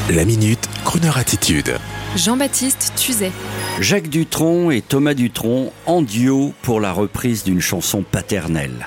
La Minute, Kroneur Attitude. Jean-Baptiste Tuzet. Jacques Dutronc et Thomas Dutronc en duo pour la reprise d'une chanson paternelle.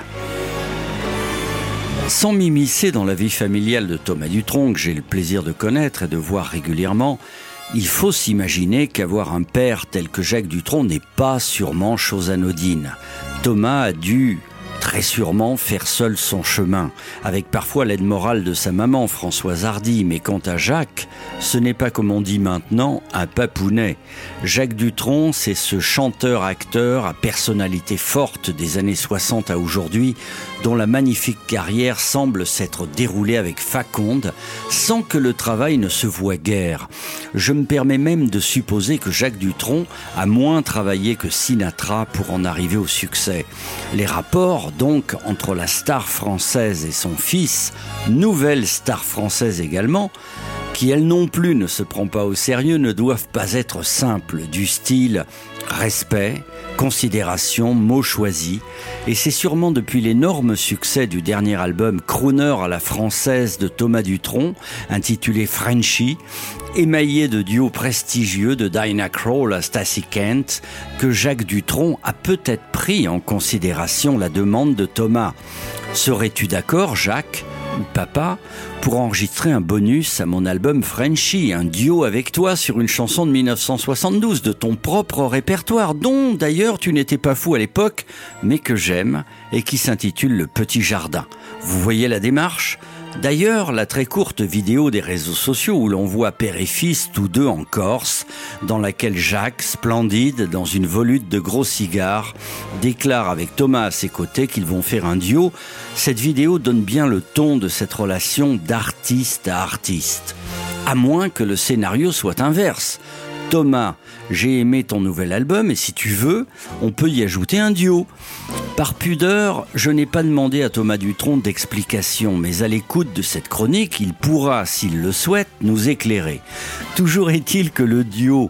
Sans m'immiscer dans la vie familiale de Thomas Dutronc, que j'ai le plaisir de connaître et de voir régulièrement, il faut s'imaginer qu'avoir un père tel que Jacques Dutronc n'est pas sûrement chose anodine. Thomas a dû très sûrement faire seul son chemin, avec parfois l'aide morale de sa maman, Françoise Hardy. Mais quant à Jacques, ce n'est pas, comme on dit maintenant, un papounet. Jacques Dutronc, c'est ce chanteur-acteur à personnalité forte des années 60 à aujourd'hui, dont la magnifique carrière semble s'être déroulée avec faconde, sans que le travail ne se voie guère. Je me permets même de supposer que Jacques Dutronc a moins travaillé que Sinatra pour en arriver au succès. Les rapports donc entre la star française et son fils, nouvelle star française également, qui elle non plus ne se prend pas au sérieux, ne doivent pas être simples, du style respect, considération, mots choisis. Et c'est sûrement depuis l'énorme succès du dernier album Crooner à la française de Thomas Dutronc, intitulé Frenchy, émaillé de duos prestigieux de Dinah Krall à Stacey Kent, que Jacques Dutronc a peut-être pris en considération la demande de Thomas. Serais-tu d'accord, Jacques, ou papa, pour enregistrer un bonus à mon album Frenchy, un duo avec toi sur une chanson de 1972 de ton propre répertoire, dont d'ailleurs tu n'étais pas fou à l'époque, mais que j'aime et qui s'intitule Le Petit Jardin. Vous voyez la démarche ? D'ailleurs, la très courte vidéo des réseaux sociaux où l'on voit père et fils tous deux en Corse, dans laquelle Jacques, splendide, dans une volute de gros cigares, déclare avec Thomas à ses côtés qu'ils vont faire un duo, cette vidéo donne bien le ton de cette relation d'artiste à artiste. À moins que le scénario soit inverse. Thomas, j'ai aimé ton nouvel album et si tu veux, on peut y ajouter un duo. Par pudeur, je n'ai pas demandé à Thomas Dutronc d'explication, mais à l'écoute de cette chronique, il pourra, s'il le souhaite, nous éclairer. Toujours est-il que le duo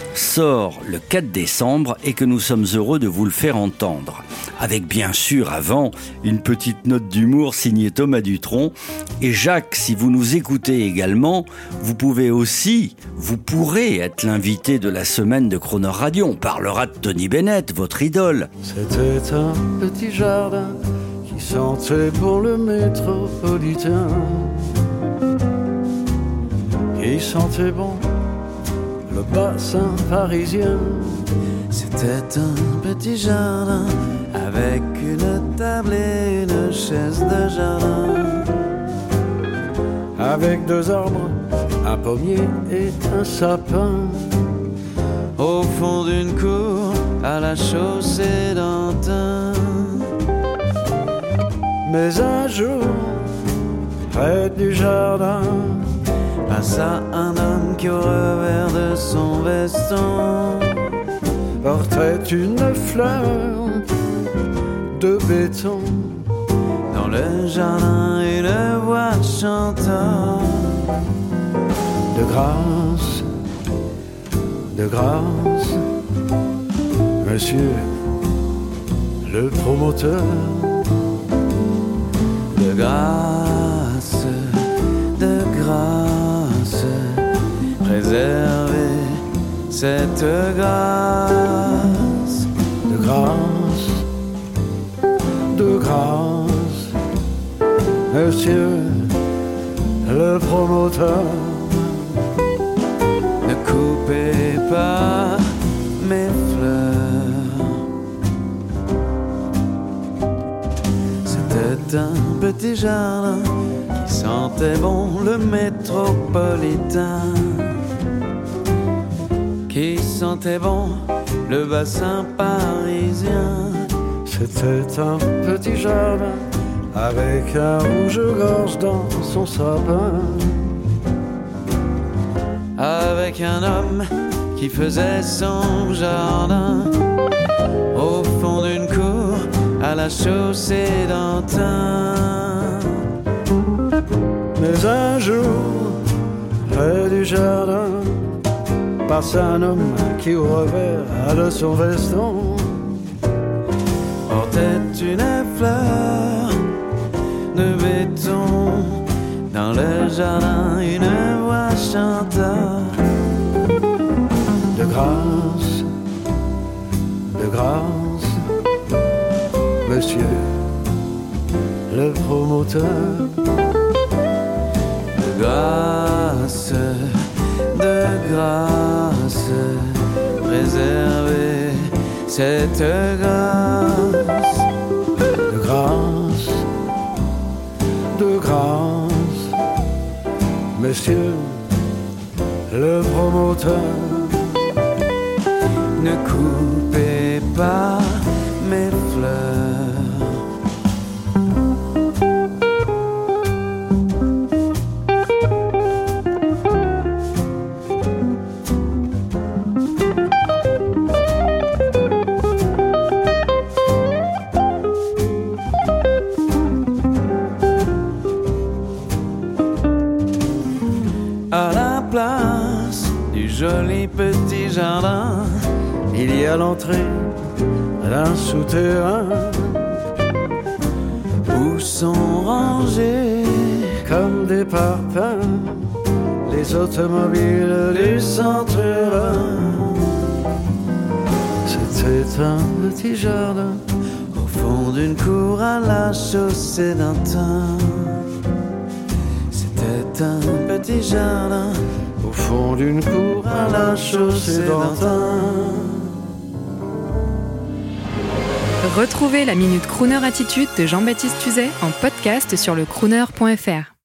sort le 4 décembre et que nous sommes heureux de vous le faire entendre. Avec bien sûr avant une petite note d'humour signée Thomas Dutronc. Et Jacques, si vous nous écoutez également, vous pourrez être l'invité de la semaine de Kroneur Radio. On parlera de Tony Bennett, votre idole. C'était un petit jardin qui sentait bon le métropolitain, qui sentait bon le bassin parisien. C'était un petit jardin avec une table et une chaise de jardin, avec 2 arbres, un pommier et un sapin, au fond d'une cour à la chaussée d'Antin. Mais un jour, près du jardin, passa un homme qui au revers de son veston portait une fleur de béton. Dans le jardin, une voix chantant de grâce, monsieur le promoteur. De grâce, préservez cette grâce. De grâce, monsieur le promoteur. Ne coupez pas mes fleurs. C'était un petit jardin qui sentait bon le métropolitain, qui sentait bon le bassin parisien. C'était un petit jardin avec un rouge-gorge dans son sapin, avec un homme qui faisait son jardin au fond d'une cour à la chaussée d'Antin. Mais un jour, près du jardin, passe un homme qui au revers de son veston portait une fleur de béton. Dans le jardin, une voix chante grâce, monsieur le promoteur. De grâce, préservez cette grâce. De grâce, monsieur le promoteur. Ne coupez pas mes fleurs. À la place du joli petit jardin, Il y a l'entrée d'un souterrain où sont rangés comme des parpaings les automobiles du centre-urbain. C'était un petit jardin au fond d'une cour à la chaussée d'Antin. C'était un petit jardin au fond d'une cour à la chaussée d'Antin. Retrouvez la Minute Crooner Attitude de Jean-Baptiste Tuzet en podcast sur le crooner.fr.